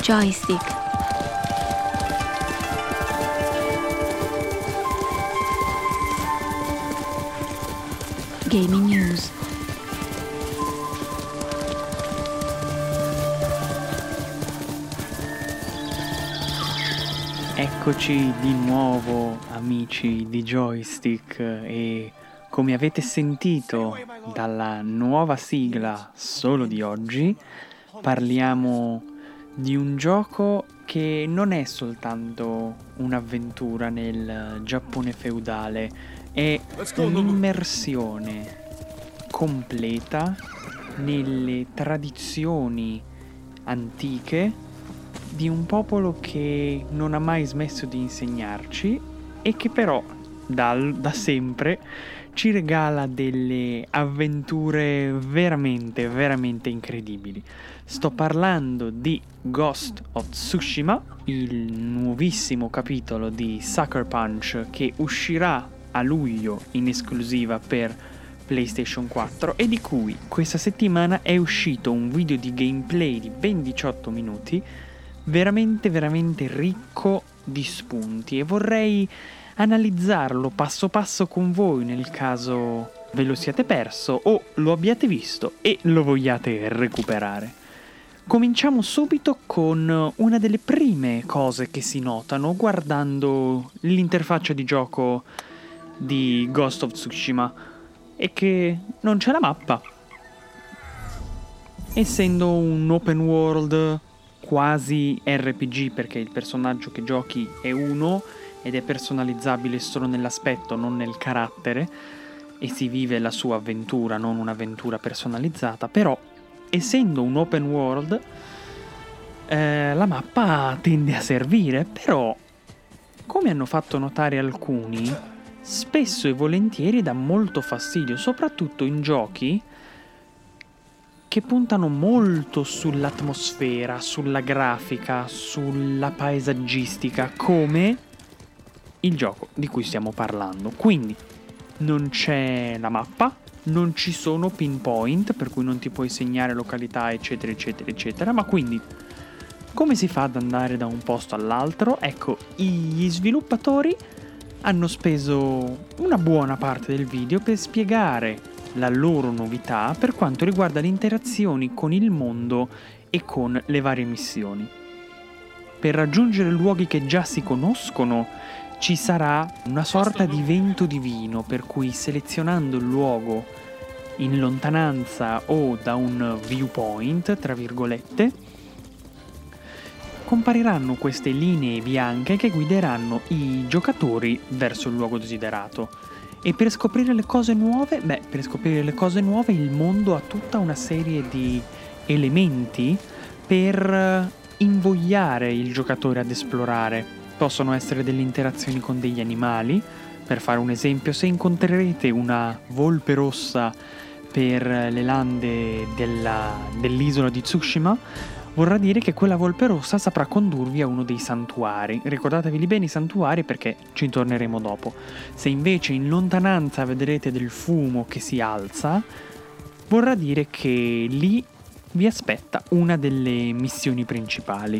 Joystick. Gaming News. Eccoci di nuovo amici di Joystick e come avete sentito dalla nuova sigla solo di oggi parliamo di un gioco che non è soltanto un'avventura nel Giappone feudale, è un'immersione completa nelle tradizioni antiche di un popolo che non ha mai smesso di insegnarci e che però da sempre ci regala delle avventure veramente, veramente incredibili. Sto parlando di Ghost of Tsushima, il nuovissimo capitolo di Sucker Punch che uscirà a luglio in esclusiva per PlayStation 4 e di cui questa settimana è uscito un video di gameplay di ben 18 minuti veramente veramente ricco di spunti e vorrei analizzarlo passo passo con voi nel caso ve lo siate perso o lo abbiate visto e lo vogliate recuperare. Cominciamo subito con una delle prime cose che si notano guardando l'interfaccia di gioco di Ghost of Tsushima e che non c'è la mappa. Essendo un open world quasi RPG, perché il personaggio che giochi è uno ed è personalizzabile solo nell'aspetto, non nel carattere, e si vive la sua avventura, non un'avventura personalizzata, però essendo un open world la mappa tende a servire, però come hanno fatto notare alcuni, spesso e volentieri dà molto fastidio, soprattutto in giochi che puntano molto sull'atmosfera, sulla grafica, sulla paesaggistica, come il gioco di cui stiamo parlando. Quindi non c'è la mappa, non ci sono pinpoint, per cui non ti puoi segnare località, eccetera, eccetera, eccetera. Ma quindi come si fa ad andare da un posto all'altro? Ecco, gli sviluppatori hanno speso una buona parte del video per spiegare la loro novità per quanto riguarda le interazioni con il mondo e con le varie missioni. Per raggiungere luoghi che già si conoscono ci sarà una sorta di vento divino per cui selezionando il luogo in lontananza o da un viewpoint, tra virgolette, compariranno queste linee bianche che guideranno i giocatori verso il luogo desiderato. E per scoprire le cose nuove, il mondo ha tutta una serie di elementi per invogliare il giocatore ad esplorare. Possono essere delle interazioni con degli animali. Per fare un esempio, se incontrerete una volpe rossa per le lande dell'isola di Tsushima, vorrà dire che quella volpe rossa saprà condurvi a uno dei santuari. Ricordatevi bene i santuari perché ci torneremo dopo. Se invece in lontananza vedrete del fumo che si alza, vorrà dire che lì vi aspetta una delle missioni principali.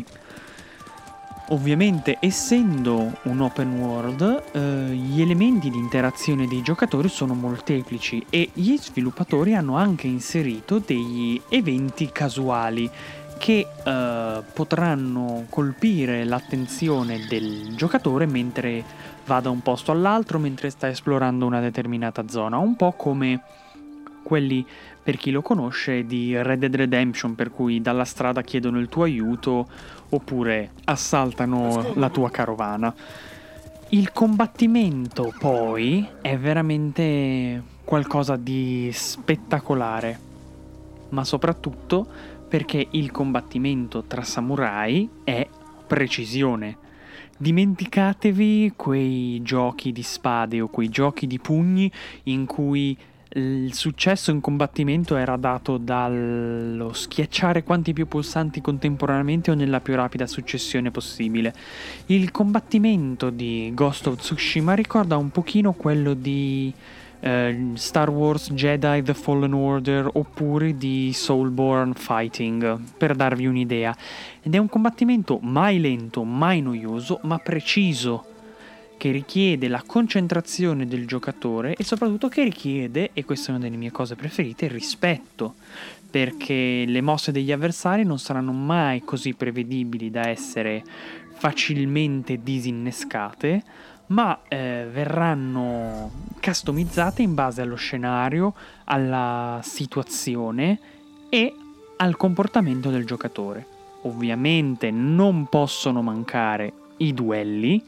Ovviamente, essendo un open world, gli elementi di interazione dei giocatori sono molteplici e gli sviluppatori hanno anche inserito degli eventi casuali che potranno colpire l'attenzione del giocatore mentre va da un posto all'altro, mentre sta esplorando una determinata zona, un po' come quelli, per chi lo conosce, di Red Dead Redemption, per cui dalla strada chiedono il tuo aiuto oppure assaltano la tua carovana. Il combattimento poi è veramente qualcosa di spettacolare, ma soprattutto perché il combattimento tra samurai è precisione. Dimenticatevi quei giochi di spade o quei giochi di pugni in cui il successo in combattimento era dato dallo schiacciare quanti più pulsanti contemporaneamente o nella più rapida successione possibile. Il combattimento di Ghost of Tsushima ricorda un pochino quello di Star Wars Jedi The Fallen Order oppure di Soulborn Fighting, per darvi un'idea. Ed è un combattimento mai lento, mai noioso, ma preciso, che richiede la concentrazione del giocatore e soprattutto che richiede, e questa è una delle mie cose preferite, il rispetto, perché le mosse degli avversari non saranno mai così prevedibili da essere facilmente disinnescate, ma verranno customizzate in base allo scenario, alla situazione e al comportamento del giocatore. Ovviamente non possono mancare i duelli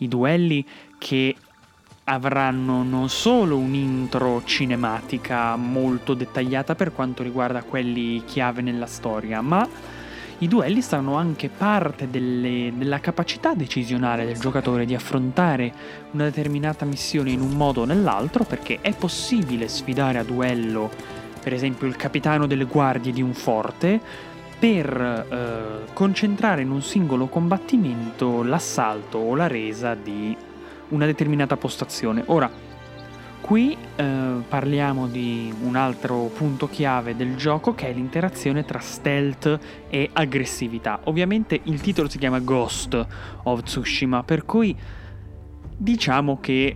che avranno non solo un'intro cinematica molto dettagliata per quanto riguarda quelli chiave nella storia, ma i duelli saranno anche parte della capacità decisionale del giocatore di affrontare una determinata missione in un modo o nell'altro, perché è possibile sfidare a duello, per esempio, il capitano delle guardie di un forte per concentrare in un singolo combattimento l'assalto o la resa di una determinata postazione. Ora, qui parliamo di un altro punto chiave del gioco, che è l'interazione tra stealth e aggressività. Ovviamente il titolo si chiama Ghost of Tsushima, per cui diciamo che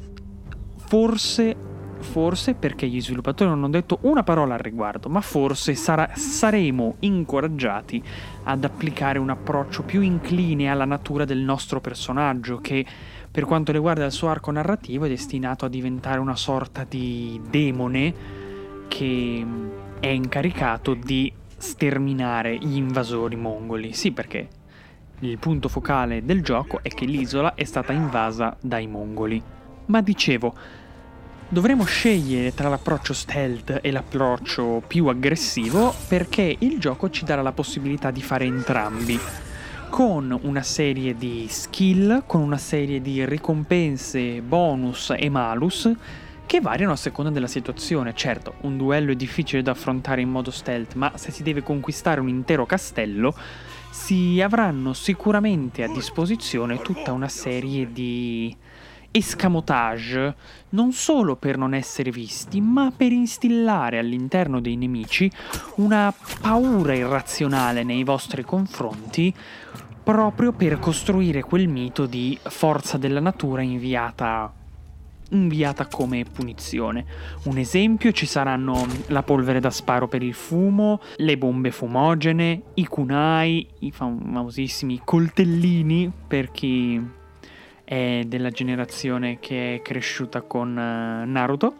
forse perché gli sviluppatori non hanno detto una parola al riguardo, ma forse saremo incoraggiati ad applicare un approccio più incline alla natura del nostro personaggio, che per quanto riguarda il suo arco narrativo è destinato a diventare una sorta di demone che è incaricato di sterminare gli invasori mongoli. Sì, perché il punto focale del gioco è che l'isola è stata invasa dai mongoli. Ma dicevo, dovremo scegliere tra l'approccio stealth e l'approccio più aggressivo, perché il gioco ci darà la possibilità di fare entrambi, con una serie di skill, con una serie di ricompense, bonus e malus che variano a seconda della situazione. Certo, un duello è difficile da affrontare in modo stealth, ma se si deve conquistare un intero castello si avranno sicuramente a disposizione tutta una serie di escamotage, non solo per non essere visti, ma per instillare all'interno dei nemici una paura irrazionale nei vostri confronti, proprio per costruire quel mito di forza della natura inviata come punizione. Un esempio: ci saranno la polvere da sparo per il fumo, le bombe fumogene, i kunai, i famosissimi coltellini per chi è della generazione che è cresciuta con Naruto,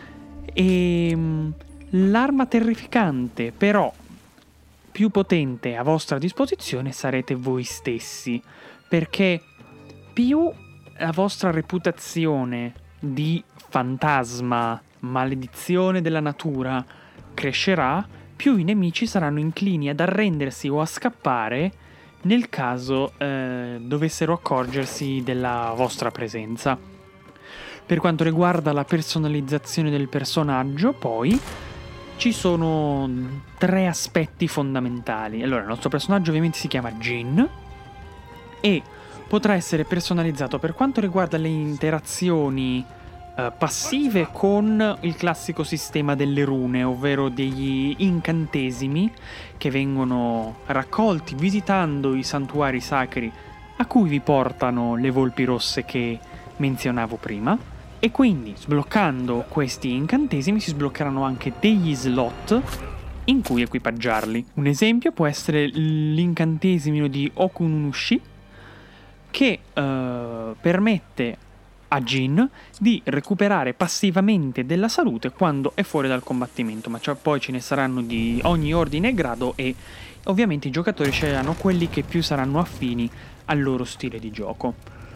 e l'arma terrificante però più potente a vostra disposizione sarete voi stessi, perché più la vostra reputazione di fantasma, maledizione della natura crescerà, più i nemici saranno inclini ad arrendersi o a scappare nel caso dovessero accorgersi della vostra presenza. Per quanto riguarda la personalizzazione del personaggio, poi ci sono 3 aspetti fondamentali. Allora, il nostro personaggio ovviamente si chiama Jin e potrà essere personalizzato per quanto riguarda le interazioni passive con il classico sistema delle rune, ovvero degli incantesimi che vengono raccolti visitando i santuari sacri a cui vi portano le volpi rosse che menzionavo prima, e quindi sbloccando questi incantesimi si sbloccheranno anche degli slot in cui equipaggiarli. Un esempio può essere l'incantesimo di Okununushi, che permette a Jin di recuperare passivamente della salute quando è fuori dal combattimento, ma poi ce ne saranno di ogni ordine e grado, e ovviamente i giocatori sceglieranno quelli che più saranno affini al loro stile di gioco.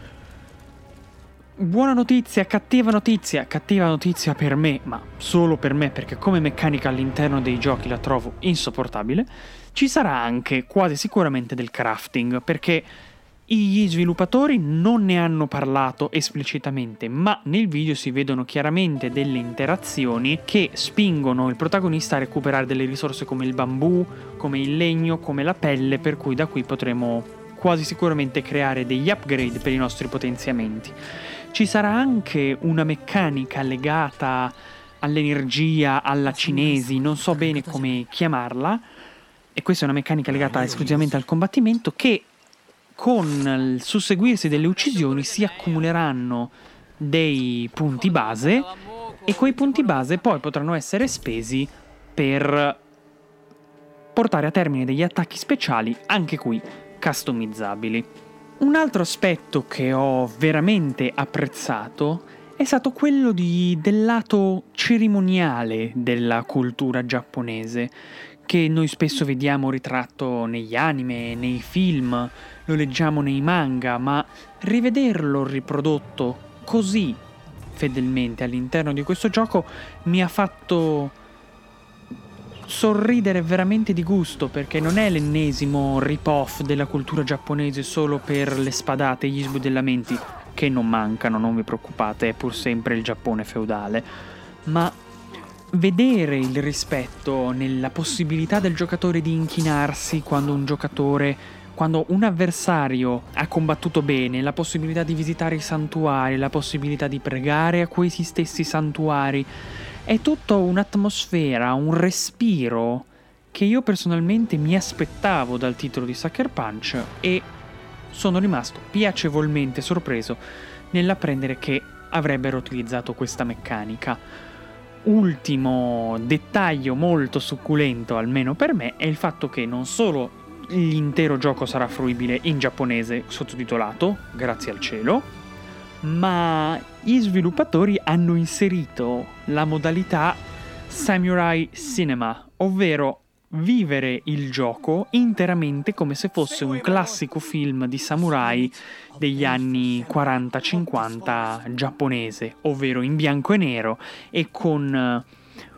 Buona notizia, cattiva notizia per me, ma solo per me, perché come meccanica all'interno dei giochi la trovo insopportabile. Ci sarà anche quasi sicuramente del crafting, perché gli sviluppatori non ne hanno parlato esplicitamente, ma nel video si vedono chiaramente delle interazioni che spingono il protagonista a recuperare delle risorse come il bambù, come il legno, come la pelle, per cui da qui potremo quasi sicuramente creare degli upgrade per i nostri potenziamenti. Ci sarà anche una meccanica legata all'energia, alla cinesi, non so bene come chiamarla, e questa è una meccanica legata esclusivamente al combattimento, che con il susseguirsi delle uccisioni si accumuleranno dei punti base, e quei punti base poi potranno essere spesi per portare a termine degli attacchi speciali, anche qui customizzabili. Un altro aspetto che ho veramente apprezzato è stato quello del lato cerimoniale della cultura giapponese, che noi spesso vediamo ritratto negli anime, nei film, lo leggiamo nei manga, ma rivederlo riprodotto così fedelmente all'interno di questo gioco mi ha fatto sorridere veramente di gusto, perché non è l'ennesimo rip-off della cultura giapponese solo per le spadate e gli sbudellamenti, che non mancano, non vi preoccupate, è pur sempre il Giappone feudale, ma vedere il rispetto nella possibilità del giocatore di inchinarsi quando un avversario ha combattuto bene, la possibilità di visitare i santuari, la possibilità di pregare a questi stessi santuari. È tutta un'atmosfera, un respiro che io personalmente mi aspettavo dal titolo di Sucker Punch, e sono rimasto piacevolmente sorpreso nell'apprendere che avrebbero utilizzato questa meccanica. Ultimo dettaglio molto succulento, almeno per me, è il fatto che non solo l'intero gioco sarà fruibile in giapponese sottotitolato, grazie al cielo, ma gli sviluppatori hanno inserito la modalità Samurai Cinema, ovvero vivere il gioco interamente come se fosse un classico film di samurai degli anni 40-50 giapponese, ovvero in bianco e nero e con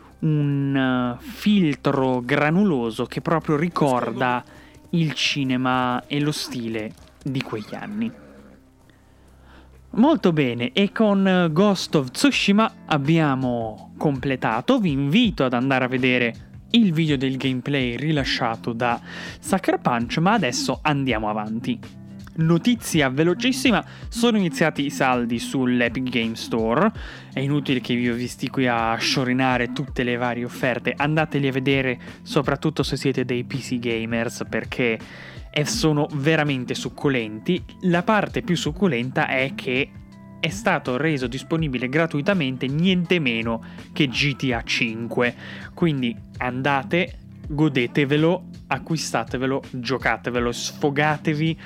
un filtro granuloso che proprio ricorda il cinema e lo stile di quegli anni. Molto bene, e con Ghost of Tsushima abbiamo completato. Vi invito ad andare a vedere il video del gameplay rilasciato da Sucker Punch, ma adesso andiamo avanti. Notizia velocissima: sono iniziati i saldi sull'Epic Game Store. È inutile che vi ho visti qui a sciorinare tutte le varie offerte, andateli a vedere soprattutto se siete dei PC gamers, perché sono veramente succulenti. La parte più succulenta è che è stato reso disponibile gratuitamente niente meno che GTA 5, quindi andate, godetevelo, acquistatevelo, giocatevelo, sfogatevi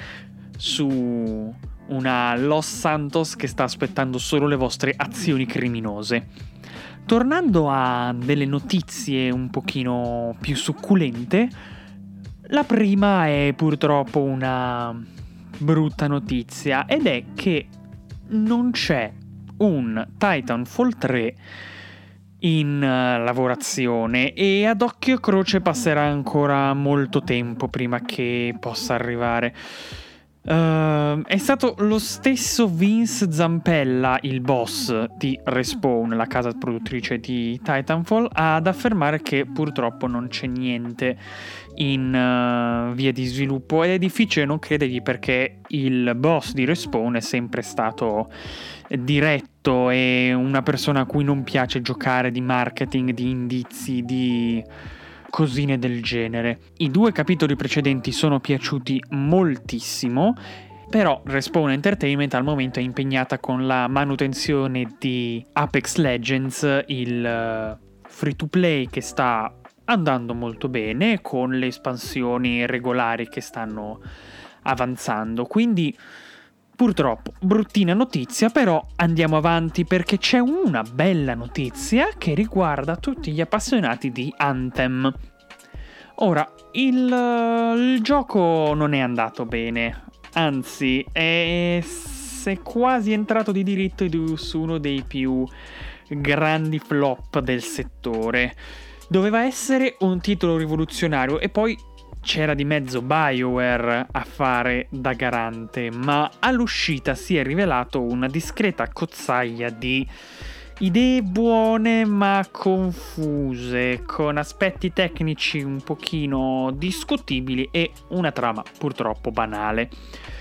su una Los Santos che sta aspettando solo le vostre azioni criminose. Tornando a delle notizie un pochino più succulente, la prima è purtroppo una brutta notizia, ed è che non c'è un Titanfall 3 in lavorazione, e ad occhio e croce passerà ancora molto tempo prima che possa arrivare. È stato lo stesso Vince Zampella, il boss di Respawn, la casa produttrice di Titanfall, ad affermare che purtroppo non c'è niente in via di sviluppo, ed è difficile non credergli, perché il boss di Respawn è sempre stato diretto e una persona a cui non piace giocare di marketing, di indizi, di cosine del genere. I 2 capitoli precedenti sono piaciuti moltissimo, però Respawn Entertainment al momento è impegnata con la manutenzione di Apex Legends, il free to play che sta andando molto bene, con le espansioni regolari che stanno avanzando. Quindi purtroppo bruttina notizia, però andiamo avanti, perché c'è una bella notizia che riguarda tutti gli appassionati di Anthem. Ora, il gioco non è andato bene, anzi è quasi entrato di diritto su uno dei più grandi flop del settore. Doveva essere un titolo rivoluzionario, e poi c'era di mezzo BioWare a fare da garante, ma all'uscita si è rivelato una discreta accozzaglia di idee buone ma confuse, con aspetti tecnici un pochino discutibili e una trama purtroppo banale.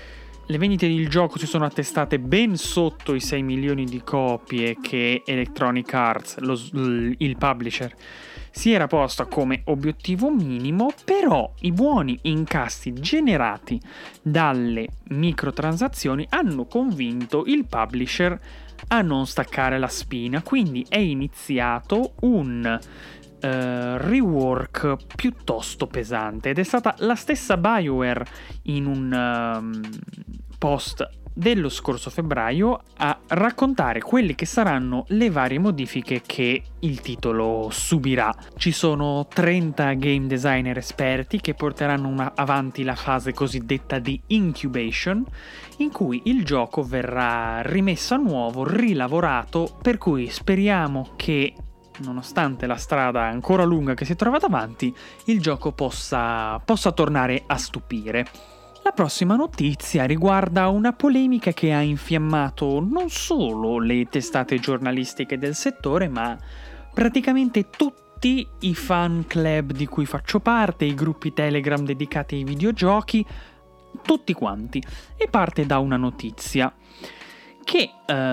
Le vendite del gioco si sono attestate ben sotto i 6 milioni di copie che Electronic Arts, il publisher, si era posta come obiettivo minimo, però i buoni incassi generati dalle microtransazioni hanno convinto il publisher a non staccare la spina, quindi è iniziato un rework piuttosto pesante ed è stata la stessa BioWare in un post dello scorso febbraio a raccontare quelle che saranno le varie modifiche che il titolo subirà. Ci sono 30 game designer esperti che porteranno avanti la fase cosiddetta di incubation, in cui il gioco verrà rimesso a nuovo, rilavorato, per cui speriamo che, nonostante la strada ancora lunga che si trova davanti, il gioco possa tornare a stupire. La prossima notizia riguarda una polemica che ha infiammato non solo le testate giornalistiche del settore, ma praticamente tutti i fan club di cui faccio parte, i gruppi Telegram dedicati ai videogiochi, tutti quanti. E parte da una notizia che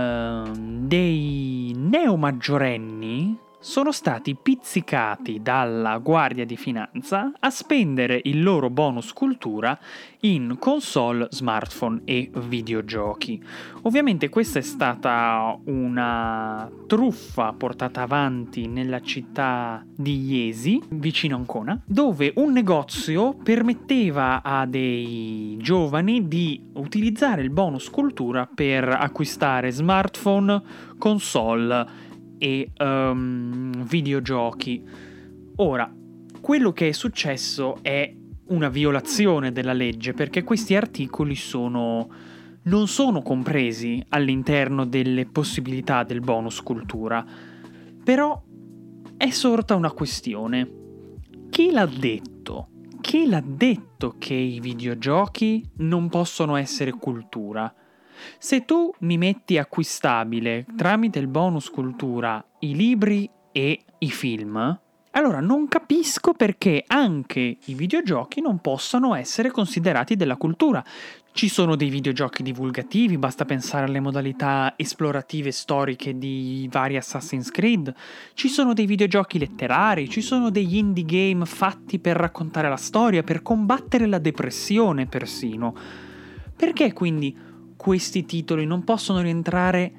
dei neomaggiorenni sono stati pizzicati dalla Guardia di Finanza a spendere il loro bonus cultura in console, smartphone e videogiochi. Ovviamente questa è stata una truffa portata avanti nella città di Jesi, vicino Ancona, dove un negozio permetteva a dei giovani di utilizzare il bonus cultura per acquistare smartphone, console e videogiochi. Ora, quello che è successo è una violazione della legge, perché questi articoli non sono compresi all'interno delle possibilità del bonus cultura. Però è sorta una questione. Chi l'ha detto? Chi l'ha detto che i videogiochi non possono essere cultura? Se tu mi metti acquistabile tramite il bonus cultura i libri e i film, allora non capisco perché anche i videogiochi non possano essere considerati della cultura. Ci sono dei videogiochi divulgativi, basta pensare alle modalità esplorative storiche di vari Assassin's Creed, ci sono dei videogiochi letterari, ci sono degli indie game fatti per raccontare la storia, per combattere la depressione persino. Perché quindi questi titoli non possono rientrare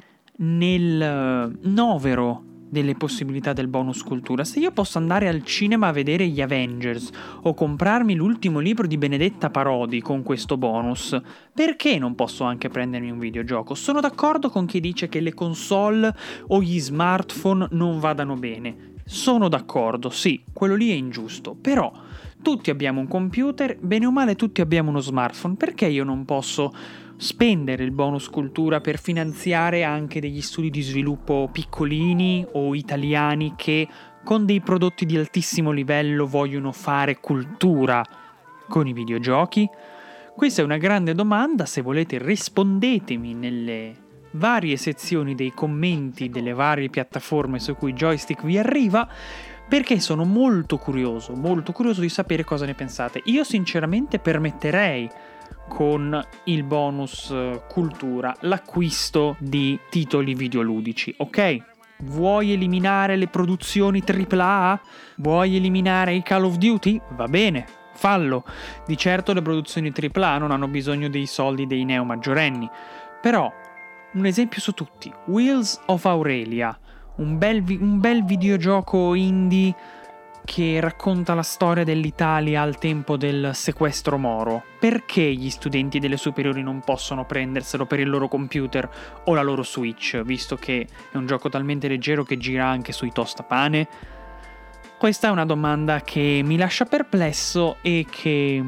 nel novero delle possibilità del bonus cultura? Se io posso andare al cinema a vedere gli Avengers o comprarmi l'ultimo libro di Benedetta Parodi con questo bonus, perché non posso anche prendermi un videogioco? Sono d'accordo con chi dice che le console o gli smartphone non vadano bene. Sono d'accordo, sì, quello lì è ingiusto, però tutti abbiamo un computer, bene o male tutti abbiamo uno smartphone, perché io non posso spendere il bonus cultura per finanziare anche degli studi di sviluppo piccolini o italiani che con dei prodotti di altissimo livello vogliono fare cultura con i videogiochi? Questa è una grande domanda, se volete rispondetemi nelle varie sezioni dei commenti delle varie piattaforme su cui Joystick vi arriva, perché sono molto curioso di sapere cosa ne pensate. Io sinceramente permetterei con il bonus cultura l'acquisto di titoli videoludici, ok? Vuoi eliminare le produzioni AAA? Vuoi eliminare i Call of Duty? Va bene, fallo. Di certo le produzioni AAA non hanno bisogno dei soldi dei neo maggiorenni, però un esempio su tutti, Wheels of Aurelia, un bel videogioco indie che racconta la storia dell'Italia al tempo del sequestro Moro. Perché gli studenti delle superiori non possono prenderselo per il loro computer o la loro Switch, visto che è un gioco talmente leggero che gira anche sui tostapane? Questa è una domanda che mi lascia perplesso e che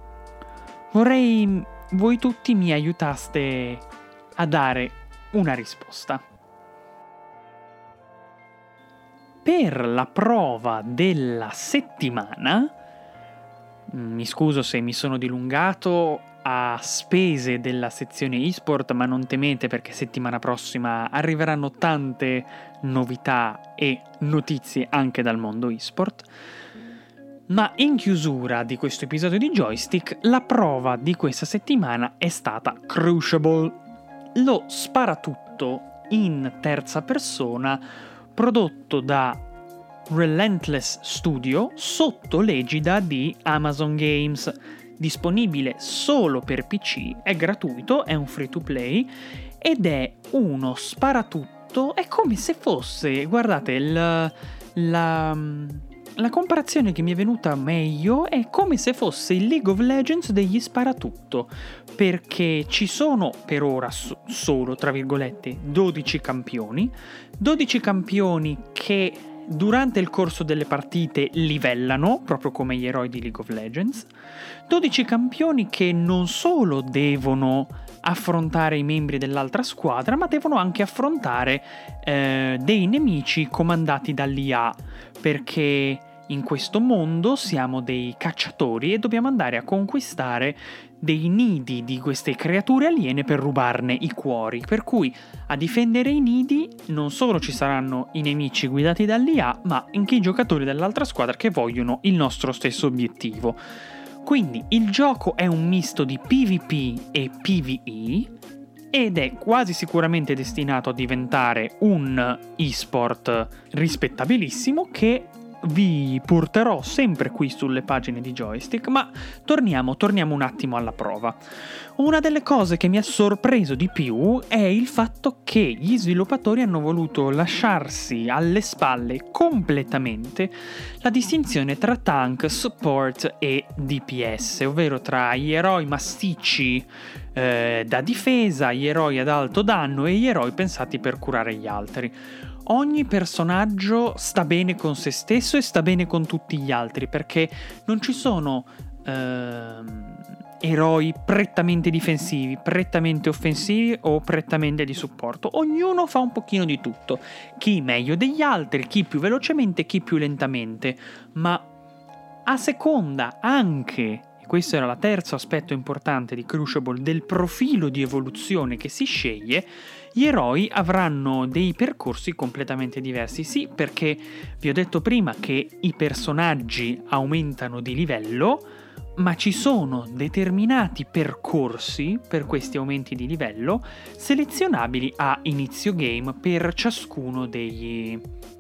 vorrei voi tutti mi aiutaste a dare una risposta. Per la prova della settimana, mi scuso se mi sono dilungato a spese della sezione eSport, ma non temete perché settimana prossima arriveranno tante novità e notizie anche dal mondo eSport. Ma in chiusura di questo episodio di Joystick, la prova di questa settimana è stata Crucible, lo sparatutto in terza persona prodotto da Relentless Studio sotto l'egida di Amazon Games, disponibile solo per PC, è gratuito, è un free to play ed è uno sparatutto, è come se fosse, guardate, la comparazione che mi è venuta meglio è come se fosse il League of Legends degli sparatutto, perché ci sono per ora solo, tra virgolette, 12 campioni che durante il corso delle partite livellano, proprio come gli eroi di League of Legends, 12 campioni che non solo devono affrontare i membri dell'altra squadra, ma devono anche affrontare dei nemici comandati dall'IA, perché in questo mondo siamo dei cacciatori e dobbiamo andare a conquistare dei nidi di queste creature aliene per rubarne i cuori, per cui a difendere i nidi non solo ci saranno i nemici guidati dall'IA, ma anche i giocatori dell'altra squadra che vogliono il nostro stesso obiettivo. Quindi il gioco è un misto di PvP e PvE ed è quasi sicuramente destinato a diventare un esport rispettabilissimo che vi porterò sempre qui sulle pagine di Joystick, ma torniamo un attimo alla prova. Una delle cose che mi ha sorpreso di più è il fatto che gli sviluppatori hanno voluto lasciarsi alle spalle completamente la distinzione tra tank, support e DPS, ovvero tra gli eroi massicci da difesa, gli eroi ad alto danno e gli eroi pensati per curare gli altri. Ogni personaggio sta bene con se stesso e sta bene con tutti gli altri, perché non ci sono eroi prettamente difensivi, prettamente offensivi o prettamente di supporto. Ognuno fa un pochino di tutto, chi meglio degli altri, chi più velocemente, chi più lentamente, ma a seconda anche, e questo era il terzo aspetto importante di Crucible, del profilo di evoluzione che si sceglie, gli eroi avranno dei percorsi completamente diversi. Sì, perché vi ho detto prima che i personaggi aumentano di livello, ma ci sono determinati percorsi per questi aumenti di livello selezionabili a inizio game per ciascuno degli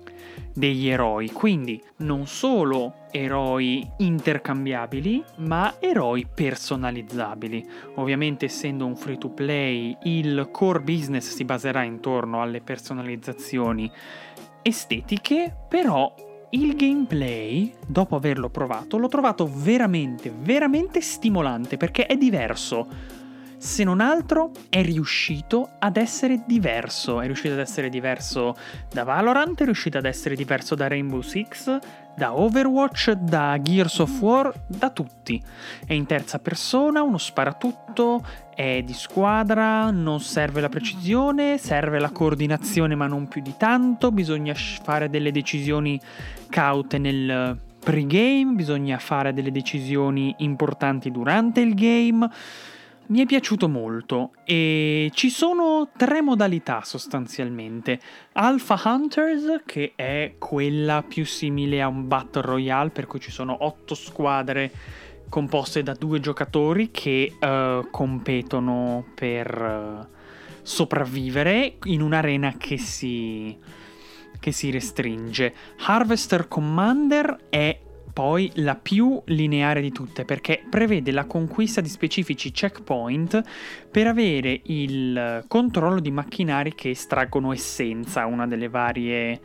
eroi. Quindi non solo eroi intercambiabili, ma eroi personalizzabili. Ovviamente, essendo un free to play, il core business si baserà intorno alle personalizzazioni estetiche, però il gameplay, dopo averlo provato, l'ho trovato veramente, veramente stimolante, perché è diverso. Se non altro è riuscito ad essere diverso. È riuscito ad essere diverso da Valorant, è riuscito ad essere diverso da Rainbow Six, da Overwatch, da Gears of War, da tutti. È in terza persona, uno sparatutto, è di squadra, non serve la precisione, serve la coordinazione ma non più di tanto, bisogna fare delle decisioni caute nel pre-game, bisogna fare delle decisioni importanti durante il game. Mi è piaciuto molto e ci sono 3 modalità sostanzialmente. Alpha Hunters, che è quella più simile a un Battle Royale, per cui ci sono 8 squadre composte da 2 giocatori che competono per sopravvivere in un'arena che si restringe. Harvester Commander è poi la più lineare di tutte, perché prevede la conquista di specifici checkpoint per avere il controllo di macchinari che estraggono essenza, una delle varie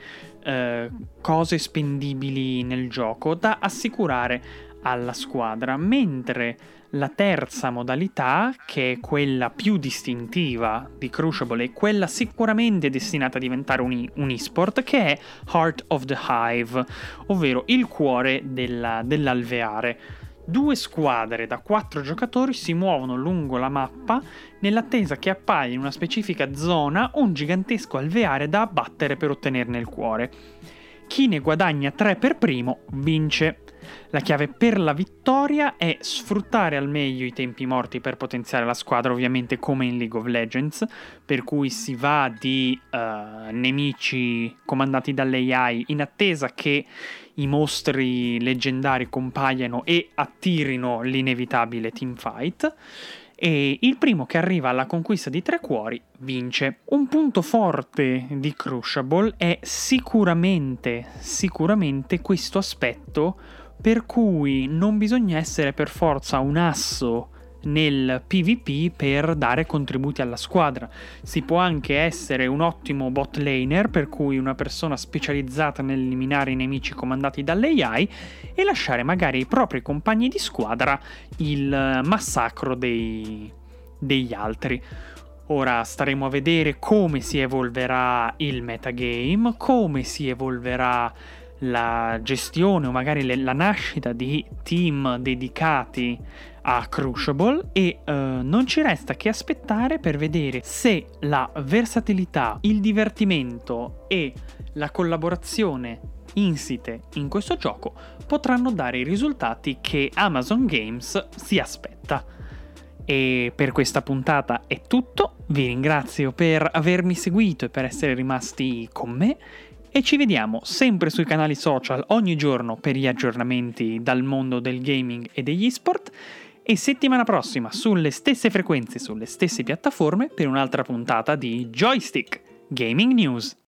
cose spendibili nel gioco da assicurare alla squadra, mentre la terza modalità, che è quella più distintiva di Crucible e quella sicuramente destinata a diventare un esport, che è Heart of the Hive, ovvero il cuore dell'alveare. 2 squadre da 4 giocatori si muovono lungo la mappa nell'attesa che appaia in una specifica zona un gigantesco alveare da abbattere per ottenerne il cuore. Chi ne guadagna 3 per primo vince. La chiave per la vittoria è sfruttare al meglio i tempi morti per potenziare la squadra, ovviamente come in League of Legends, per cui si va di nemici comandati dall'AI in attesa che i mostri leggendari compaiano e attirino l'inevitabile teamfight. E il primo che arriva alla conquista di 3 cuori vince. Un punto forte di Crucible è sicuramente questo aspetto, per cui non bisogna essere per forza un asso nel PvP per dare contributi alla squadra. Si può anche essere un ottimo bot laner, per cui una persona specializzata nell'eliminare i nemici comandati dall'AI, e lasciare magari ai propri compagni di squadra il massacro degli altri. Ora staremo a vedere come si evolverà il metagame, come si evolverà la gestione o magari la nascita di team dedicati a Crucible, e non ci resta che aspettare per vedere se la versatilità, il divertimento e la collaborazione insite in questo gioco potranno dare i risultati che Amazon Games si aspetta. E per questa puntata è tutto, vi ringrazio per avermi seguito e per essere rimasti con me, e ci vediamo sempre sui canali social ogni giorno per gli aggiornamenti dal mondo del gaming e degli esport, e settimana prossima sulle stesse frequenze, sulle stesse piattaforme, per un'altra puntata di Joystick Gaming News.